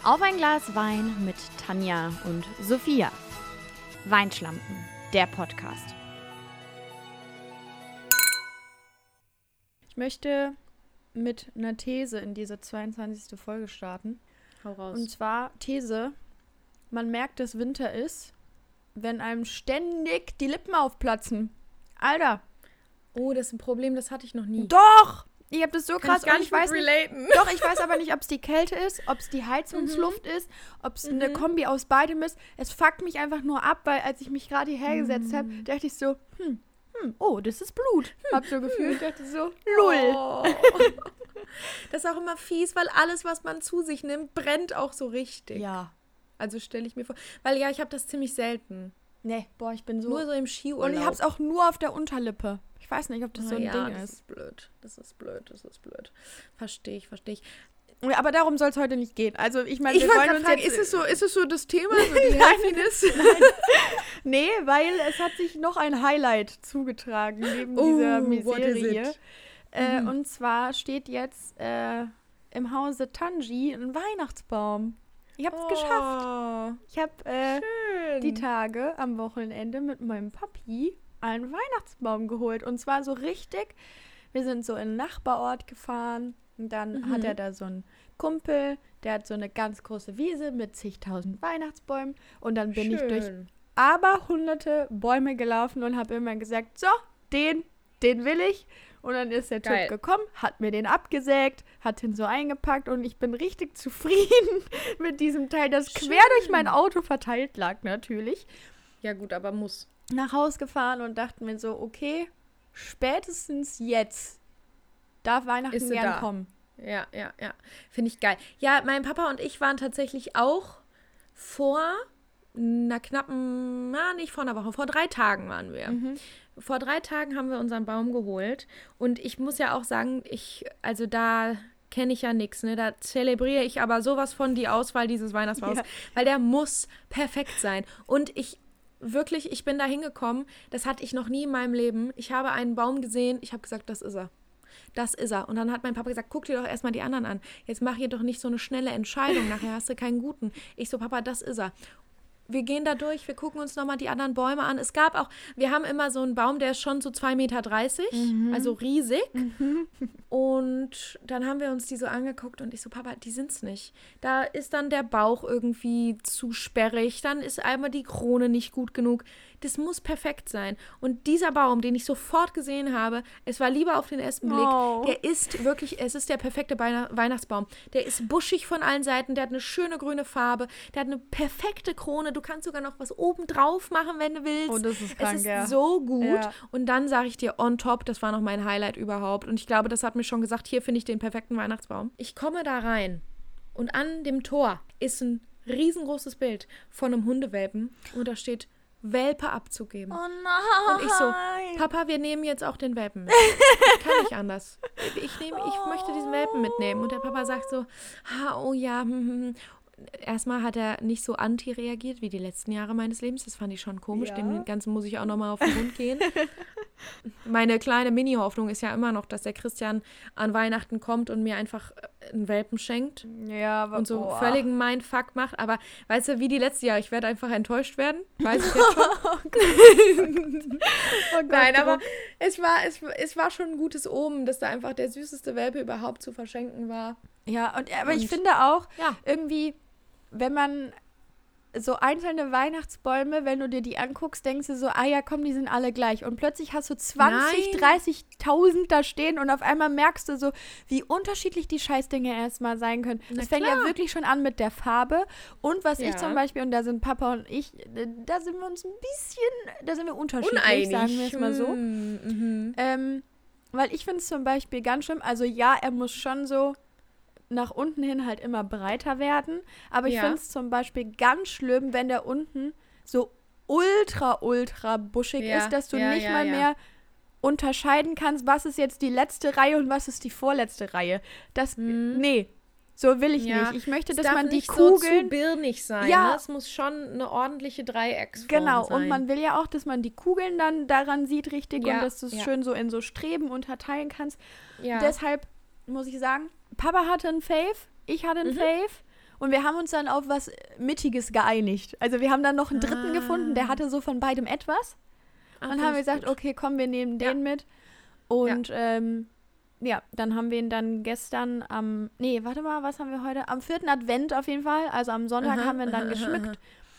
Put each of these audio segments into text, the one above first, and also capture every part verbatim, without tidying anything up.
Auf ein Glas Wein mit Tanja und Sophia. Weinschlampen, der Podcast. Ich möchte mit einer These in diese zweiundzwanzigste Folge starten. Hau raus. Und zwar These, man merkt, dass Winter ist, wenn einem ständig die Lippen aufplatzen. Alter. Oh, das ist ein Problem, das hatte ich noch nie. Doch! Ich habe das so Kann krass ich gar und nicht ich weiß mit nicht, relaten. Doch, ich weiß aber nicht, ob es die Kälte ist, ob es die Heizungsluft ist, ob es eine Mhm. Kombi aus beidem ist. Es fuckt mich einfach nur ab, weil als ich mich gerade hierher gesetzt habe, dachte ich so, hm, hm, oh, das ist Blut. Hab so gefühlt, dachte so, lull. Oh. Das ist auch immer fies, weil alles, was man zu sich nimmt, brennt auch so richtig. Ja. Also stelle ich mir vor. Weil ja, ich habe das ziemlich selten. Nee, boah, ich bin so... Nur so im Skiurlaub. und ich hab's auch nur auf der Unterlippe. Ich weiß nicht, ob das so ein ja, Ding das ist. ist blöd. Das ist blöd, das ist blöd. Verstehe ich, verstehe ich. Ja, aber darum soll es heute nicht gehen. Also ich meine, Ich wir wollte wollen gerade uns fragen, jetzt... ist es, so, ist es so das Thema, so die Happiness? Nee, weil es hat sich noch ein Highlight zugetragen neben Oh, dieser what is Miserie. it? Äh, Mhm. Und zwar steht jetzt äh, im Hause Tanji ein Weihnachtsbaum. Ich hab's geschafft. Oh, Ich hab äh, schön. die Tage am Wochenende mit meinem Papi einen Weihnachtsbaum geholt. Und zwar so richtig, wir sind so in einen Nachbarort gefahren. Und dann Mhm. hat er da so einen Kumpel, der hat so eine ganz große Wiese mit zigtausend Weihnachtsbäumen. Und dann bin ich durch Schön. aber hunderte Bäume gelaufen und habe immer gesagt, so, den, den will ich. Und dann ist der Geil. Typ gekommen, hat mir den abgesägt, hat ihn so eingepackt und ich bin richtig zufrieden mit diesem Teil, das quer durch mein Auto verteilt lag natürlich. Ja gut, aber muss. Nach Haus gefahren und dachte mir so, okay, spätestens jetzt darf Weihnachten Ist sie gern da. kommen. Ja, ja, ja. Finde ich geil. Ja, mein Papa und ich waren tatsächlich auch vor einer knappen, na, nicht vor einer Woche, vor drei Tagen waren wir. Mhm. Vor drei Tagen haben wir unseren Baum geholt. Und ich muss ja auch sagen, ich, also da kenne ich ja nichts, ne? Da zelebriere ich aber sowas von die Auswahl dieses Weihnachtsbaums, Ja. weil der muss perfekt sein. Und ich wirklich, ich bin da hingekommen, das hatte ich noch nie in meinem Leben. Ich habe einen Baum gesehen, ich habe gesagt, das ist er. Das ist er. Und dann hat mein Papa gesagt, guck dir doch erstmal die anderen an. Jetzt mach hier doch nicht so eine schnelle Entscheidung, nachher hast du keinen guten. Ich so, Papa, das ist er. Wir gehen da durch, wir gucken uns nochmal die anderen Bäume an. Es gab auch, wir haben immer so einen Baum, der ist schon so zwei Meter dreißig, also riesig. Und dann haben wir uns die so angeguckt und ich so, Papa, die sind's nicht. Da ist dann der Bauch irgendwie zu sperrig, dann ist einmal die Krone nicht gut genug. Das muss perfekt sein. Und dieser Baum, den ich sofort gesehen habe, es war lieber auf den ersten Blick, Oh. der ist wirklich, es ist der perfekte Beina- Weihnachtsbaum. Der ist buschig von allen Seiten, der hat eine schöne grüne Farbe, der hat eine perfekte Krone. Du kannst sogar noch was oben drauf machen, wenn du willst. Oh, das ist krank, Es ist ja. so gut. Ja. Und dann sage ich dir on top, das war noch mein Highlight überhaupt. Und ich glaube, das hat mir schon gesagt, hier finde ich den perfekten Weihnachtsbaum. Ich komme da rein und an dem Tor ist ein riesengroßes Bild von einem Hundewelpen und da steht Welpe abzugeben. Oh nein. Und ich so, Papa, wir nehmen jetzt auch den Welpen mit. Kann nicht anders. Ich, nehme, ich möchte diesen Welpen mitnehmen. Und der Papa sagt so, ah, oh ja, hm, hm, hm. Erstmal hat er nicht so anti reagiert wie die letzten Jahre meines Lebens. Das fand ich schon komisch. Ja. Dem Ganzen muss ich auch nochmal auf den Grund gehen. Meine kleine Mini-Hoffnung ist ja immer noch, dass der Christian an Weihnachten kommt und mir einfach einen Welpen schenkt. Ja, aber Und so boah. völligen Mindfuck macht. Aber weißt du, wie die letzten Jahre, ich werde einfach enttäuscht werden. Weiß ich jetzt schon. Oh Gott, Nein, aber Druck. es war, es, es war schon ein gutes Omen, dass da einfach der süßeste Welpe überhaupt zu verschenken war. Ja, und aber ich Und- finde auch, Ja. irgendwie, wenn man so einzelne Weihnachtsbäume, wenn du dir die anguckst, denkst du so, ah ja, komm, die sind alle gleich. Und plötzlich hast du zwanzig, Nein. dreißigtausend da stehen und auf einmal merkst du so, wie unterschiedlich die Scheißdinge erstmal sein können. Na Das fängt ja klar. wirklich schon an mit der Farbe. Und was ich Ja. zum Beispiel, und da sind Papa und ich, äh, da sind wir uns ein bisschen, da sind wir unterschiedlich, Uneinig. sagen wir es mal so. Hm, mhm. Ähm, weil ich finde es zum Beispiel ganz schlimm, also ja, er muss schon so nach unten hin halt immer breiter werden, aber ich Ja. finde es zum Beispiel ganz schlimm, wenn der unten so ultra, ultra buschig Ja, ist, dass du ja, nicht ja, mal ja. mehr unterscheiden kannst, was ist jetzt die letzte Reihe und was ist die vorletzte Reihe. Das, Mhm. nee, so will ich Ja, nicht. Ich möchte, Es dass darf man die nicht so zu Kugeln... birnig sein. Ja. Ne? Es muss schon eine ordentliche Dreiecksform Genau, sein. und man will ja auch, dass man die Kugeln dann daran sieht richtig Ja, und dass du es ja. schön so in so Streben unterteilen kannst. ja. Deshalb muss ich sagen, Papa hatte einen Fave, ich hatte einen Mhm. Fave Und wir haben uns dann auf was Mittiges geeinigt. Also wir haben dann noch einen dritten Ah. gefunden, der hatte so von beidem etwas. Ah, Und find haben wir ich gesagt, gut. okay, komm, wir nehmen Ja. den mit. Und ja. Ähm, ja, dann haben wir ihn dann gestern am, nee, warte mal, was haben wir heute? Am vierten Advent auf jeden Fall. Also am Sonntag Aha, haben wir ihn dann aha, geschmückt.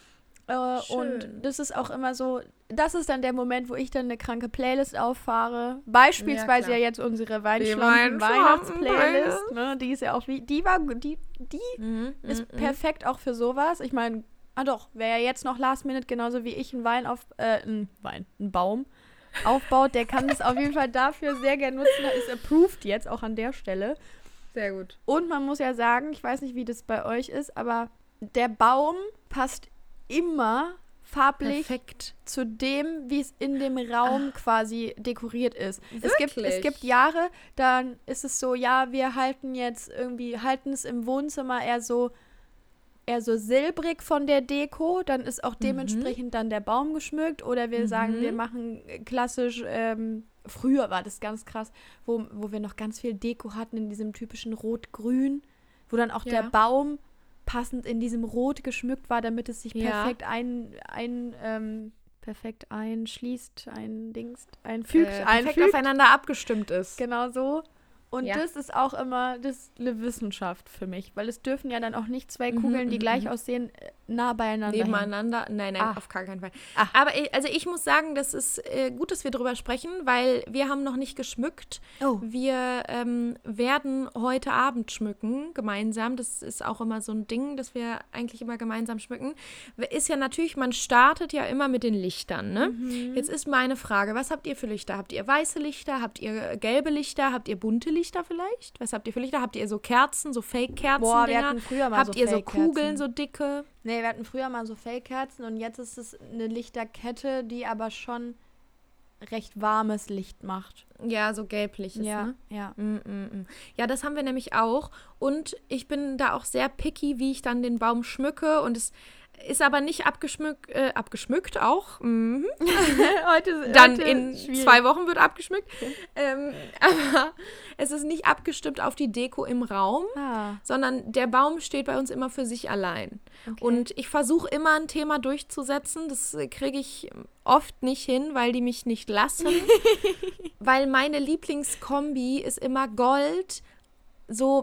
Äh, Schön. und das ist auch immer so, das ist dann der Moment, wo ich dann eine kranke Playlist auffahre. Beispielsweise Ja, ja, klar. jetzt unsere Die Weinschlampen Weinschlampen-Playlist. Weihnachtsplaylist. Ne? Die ist ja auch wie, die war, die, die Mhm, ist mhm, perfekt auch für sowas. Ich meine, ah doch, wer ja jetzt noch Last Minute genauso wie ich einen Wein auf, äh, einen Wein, einen Baum aufbaut, der kann das auf jeden Fall dafür sehr gerne nutzen. Da ist approved jetzt auch an der Stelle. Sehr gut. Und man muss ja sagen, ich weiß nicht, wie das bei euch ist, aber der Baum passt immer farblich Perfekt. zu dem, wie es in dem Raum quasi dekoriert ist. Es gibt, es Wirklich? gibt Jahre, dann ist es so, ja, wir halten jetzt irgendwie, halten es im Wohnzimmer eher so, eher so silbrig von der Deko, dann ist auch dementsprechend dann der Baum geschmückt. Oder wir Mhm. sagen, wir machen klassisch, ähm, früher war das ganz krass, wo, wo wir noch ganz viel Deko hatten in diesem typischen Rot-Grün, wo dann auch Ja. der Baum passend in diesem Rot geschmückt war, damit es sich Ja. perfekt ein, ein ähm, perfekt einschließt, ein Dings, einfügt, Äh, perfekt einfügt. aufeinander abgestimmt ist. Genau so. Und Ja. das ist auch immer das ist eine Wissenschaft für mich, weil es dürfen ja dann auch nicht zwei Mhm, Kugeln, die mhm, gleich mhm. aussehen, äh, nah beieinander hängen. Nebeneinander? Nein, nein, Ah. auf gar keinen Fall. Ah. Aber ich, also ich muss sagen, das ist äh, gut, dass wir drüber sprechen, weil wir haben noch nicht geschmückt. Oh. Wir ähm, werden heute Abend schmücken, gemeinsam. Das ist auch immer so ein Ding, dass wir eigentlich immer gemeinsam schmücken. Ist ja natürlich, man startet ja immer mit den Lichtern, ne? Mhm. Jetzt ist meine Frage, was habt ihr für Lichter? Habt ihr weiße Lichter? Habt ihr gelbe Lichter? Habt ihr bunte Lichter vielleicht? Was habt ihr für Lichter? Habt ihr so Kerzen, so Fake-Kerzen? Boah, wir hatten früher mal Habt so ihr so Fake-Kerzen. Kugeln, so dicke? Nee, wir hatten früher mal so Fake-Kerzen und jetzt ist es eine Lichterkette, die aber schon recht warmes Licht macht. Ja, so gelbliches, ja, ne? ja. Mm, mm, mm. Ja, das haben wir nämlich auch. Und ich bin da auch sehr picky, wie ich dann den Baum schmücke. Und es ist aber nicht abgeschmückt, äh, abgeschmückt auch. Mhm. heute, Dann heute in schwierig. zwei Wochen wird abgeschmückt. Ähm, aber es ist nicht abgestimmt auf die Deko im Raum, Ah, sondern der Baum steht bei uns immer für sich allein. okay. Und ich versuche immer ein Thema durchzusetzen. Das äh, kriege ich oft nicht hin, weil die mich nicht lassen. Weil meine Lieblingskombi ist immer Gold, so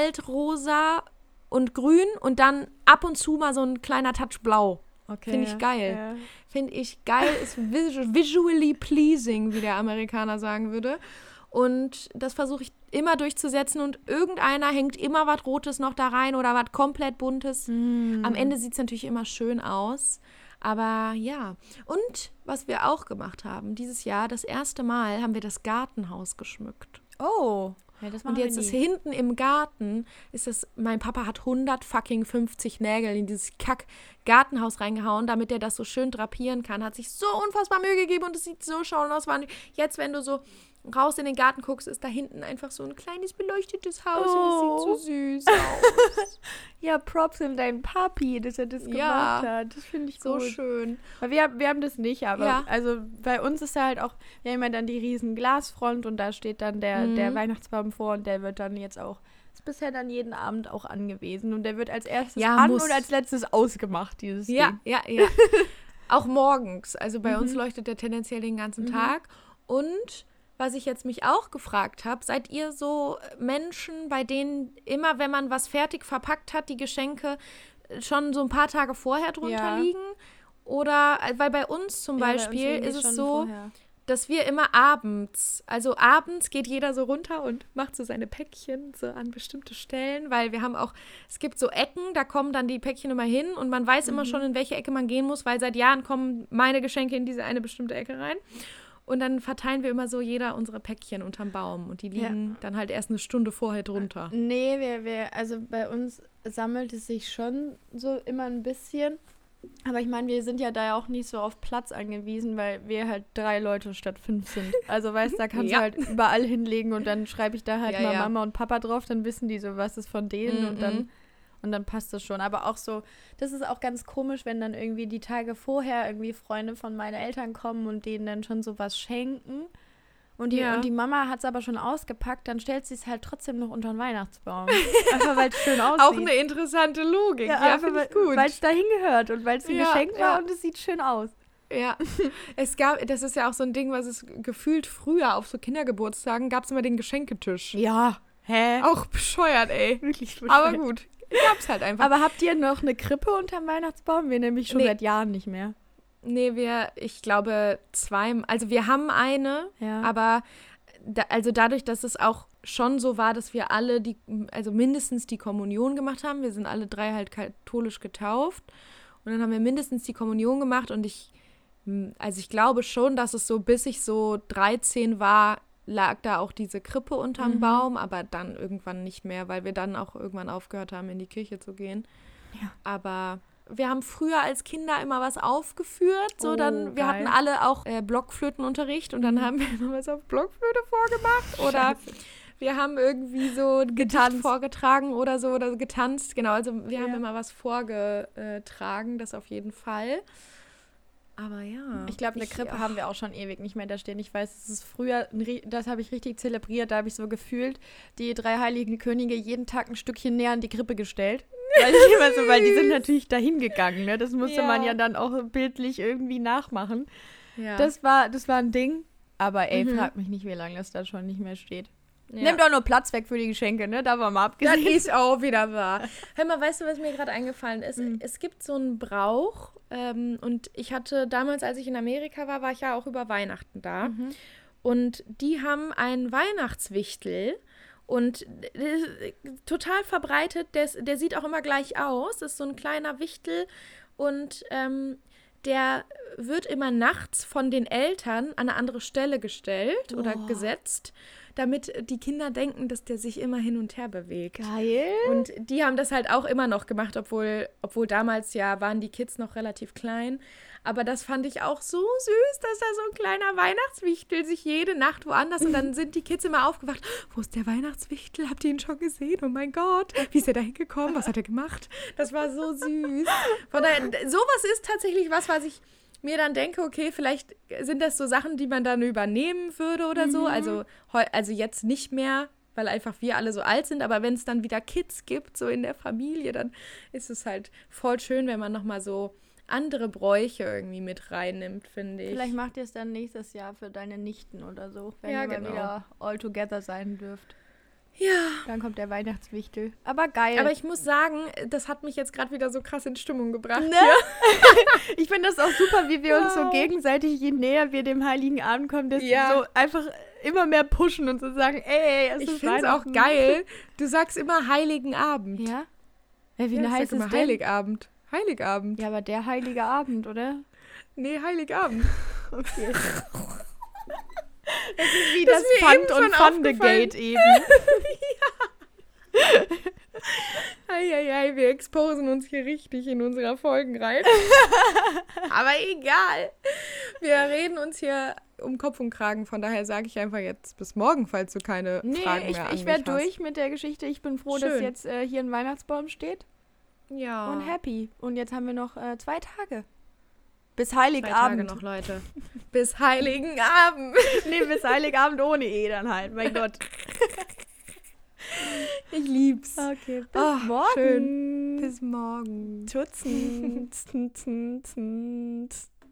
altrosa und grün und dann ab und zu mal so ein kleiner Touch blau. okay. Finde ich geil. Ja. Finde ich geil, ist visu- visually pleasing, wie der Amerikaner sagen würde. Und das versuche ich immer durchzusetzen und irgendeiner hängt immer was Rotes noch da rein oder was komplett Buntes. Mm. Am Ende sieht es natürlich immer schön aus. Aber ja. Und was wir auch gemacht haben, dieses Jahr, das erste Mal, haben wir das Gartenhaus geschmückt. Oh. Ja, das Und machen jetzt wir ist nie. hinten im Garten, ist das, mein Papa hat hundert fucking fünfzig Nägel in dieses kack Gartenhaus reingehauen, damit er das so schön drapieren kann. Hat sich so unfassbar Mühe gegeben und es sieht so schön aus. Jetzt, wenn du so raus in den Garten guckst, ist da hinten einfach so ein kleines beleuchtetes Haus Oh. und es sieht so süß aus. Ja, Props in dein Papi, dass er das Ja. gemacht hat. Das finde ich So gut. schön. Weil wir, wir haben das nicht, aber Ja. also bei uns ist ja halt auch, wir haben ja dann die riesen Glasfront und da steht dann der, Mhm. der Weihnachtsbaum vor und der wird dann jetzt auch, ist bisher dann jeden Abend auch angewiesen und der wird als erstes Ja, an muss. und als letztes ausgemacht, dieses Ja, Ding. ja, ja. Auch morgens. Also bei Mhm. uns leuchtet der tendenziell den ganzen Mhm. Tag. Und was ich jetzt mich auch gefragt habe, seid ihr so Menschen, bei denen immer, wenn man was fertig verpackt hat, die Geschenke schon so ein paar Tage vorher drunter Ja. liegen? Oder, weil bei uns zum Ja, bei uns Beispiel liegen die ist es schon so, vorher. dass wir immer abends, also abends geht jeder so runter und macht so seine Päckchen so an bestimmte Stellen, weil wir haben auch, es gibt so Ecken, da kommen dann die Päckchen immer hin und man weiß immer Mhm. schon, in welche Ecke man gehen muss, weil seit Jahren kommen meine Geschenke in diese eine bestimmte Ecke rein. Und dann verteilen wir immer so jeder unsere Päckchen unterm Baum und die Ja. liegen dann halt erst eine Stunde vorher drunter. Nee, wir, wir, also bei uns sammelt es sich schon so immer ein bisschen. Aber ich meine, wir sind ja da ja auch nicht so auf Platz angewiesen, weil wir halt drei Leute statt fünf sind. Also weißt, da kannst Ja. du halt überall hinlegen und dann schreibe ich da halt Ja, mal ja. Mama und Papa drauf, dann wissen die so, was ist von denen Mhm. und dann und dann passt das schon. Aber auch so, das ist auch ganz komisch, wenn dann irgendwie die Tage vorher irgendwie Freunde von meinen Eltern kommen und denen dann schon sowas schenken. Und die, Ja. und die Mama hat es aber schon ausgepackt, dann stellt sie es halt trotzdem noch unter den Weihnachtsbaum. Einfach weil es schön aussieht. Auch eine interessante Logik. Ja, einfach finde ich weil- gut. Weil es dahin gehört und weil es ein Ja, Geschenk war ja. und es sieht schön aus. Ja, es gab, das ist ja auch so ein Ding, was es gefühlt früher auf so Kindergeburtstagen gab es immer den Geschenketisch. Ja. Hä? Auch bescheuert, ey. Wirklich Aber gut, gab's halt einfach. Aber habt ihr noch eine Krippe unterm Weihnachtsbaum? Wir nämlich schon Nee. seit Jahren nicht mehr. Nee, wir, ich glaube, zwei, also wir haben eine, Ja. aber da, also dadurch, dass es auch schon so war, dass wir alle die, also mindestens die Kommunion gemacht haben, wir sind alle drei halt katholisch getauft und dann haben wir mindestens die Kommunion gemacht und ich, also ich glaube schon, dass es so, bis ich so dreizehn war, lag da auch diese Krippe unterm Mhm. Baum, aber dann irgendwann nicht mehr, weil wir dann auch irgendwann aufgehört haben, in die Kirche zu gehen. Ja. Aber wir haben früher als Kinder immer was aufgeführt, so Oh, dann, wir geil. hatten alle auch äh, Blockflötenunterricht und dann haben wir immer was auf Blockflöte vorgemacht oder Scheiße. wir haben irgendwie so ein Gedicht Getanzt. vorgetragen oder so oder getanzt, genau, also wir haben Ja. immer was vorgetragen, das auf jeden Fall. Aber ja. Ich glaube, eine Krippe ach, haben wir auch schon ewig nicht mehr da stehen. Ich weiß, es ist früher, ein ri- das habe ich richtig zelebriert, da habe ich so gefühlt, die drei heiligen Könige jeden Tag ein Stückchen näher an die Krippe gestellt. Weil, ich immer so, weil die sind natürlich dahin gegangen, ne? Das musste Ja. man ja dann auch bildlich irgendwie nachmachen. Ja. Das war, das war ein Ding. Aber ey, Mhm. frag mich nicht, wie lange das da schon nicht mehr steht. ja. Nimmt auch nur Platz weg für die Geschenke, ne? Da war mal Das abgesehen. ist auch wieder wahr. Hör mal, weißt du, was mir gerade eingefallen ist? Mhm. Es gibt so einen Brauch ähm, und ich hatte damals, als ich in Amerika war, war ich ja auch über Weihnachten da. Mhm. Und die haben einen Weihnachtswichtel und äh, total verbreitet, der, ist- der sieht auch immer gleich aus. Das ist so ein kleiner Wichtel und ähm, der wird immer nachts von den Eltern an eine andere Stelle gestellt oder Boah. gesetzt, damit die Kinder denken, dass der sich immer hin und her bewegt. Geil. Und die haben das halt auch immer noch gemacht, obwohl, obwohl damals ja waren die Kids noch relativ klein. Aber das fand ich auch so süß, dass da so ein kleiner Weihnachtswichtel sich jede Nacht woanders und dann sind die Kids immer aufgewacht. Wo ist der Weihnachtswichtel? Habt ihr ihn schon gesehen? Oh mein Gott, wie ist er da hingekommen? Was hat er gemacht? Das war so süß. Von daher, sowas ist tatsächlich was, was ich mir dann denke, okay, vielleicht sind das so Sachen, die man dann übernehmen würde oder so. Also, heu- also jetzt nicht mehr, weil einfach wir alle so alt sind, aber wenn es dann wieder Kids gibt, so in der Familie, dann ist es halt voll schön, wenn man nochmal so andere Bräuche irgendwie mit reinnimmt, finde ich. Vielleicht macht ihr es dann nächstes Jahr für deine Nichten oder so, wenn Ja, ihr mal genau. wieder all together sein dürft. Ja. Dann kommt der Weihnachtswichtel. Aber geil. Aber ich muss sagen, das hat mich jetzt gerade wieder so krass in Stimmung gebracht. Ne? Ich finde das auch super, wie wir uns so Wow. gegenseitig, je näher wir dem Heiligen Abend kommen, desto Ja. so einfach immer mehr pushen und so sagen, ey, es Ich ist finde es auch Weihnachten. geil. Du sagst immer Heiligen Abend. Ja? Ja, wie Ja, ich heißt sag es immer denn? Heiligabend. Heiligabend. Ja, aber der Heilige Abend, oder? Nee, Heiligabend. Okay. Das ist wie Das das, ist mir Pfand- eben schon und Pfandegate eben. Eieiei, wir exposen uns hier richtig in unserer Folgenreihe. Aber egal. Wir reden uns hier um Kopf und Kragen. Von daher sage ich einfach jetzt bis morgen, falls du keine Nee, Fragen ich, mehr an ich wäre mich hast. durch mit der Geschichte. Ich bin froh, dass Schön. jetzt äh, hier ein Weihnachtsbaum steht. Ja. Und happy. Und jetzt haben wir noch äh, zwei Tage. Bis Zwei Tage Heiligabend. noch, Leute. Bis Heiligen Abend. Nee, bis Heiligabend ohne E dann halt. Mein Gott. Ich lieb's. Okay, bis Oh, morgen. schön. Bis morgen. Tutzen.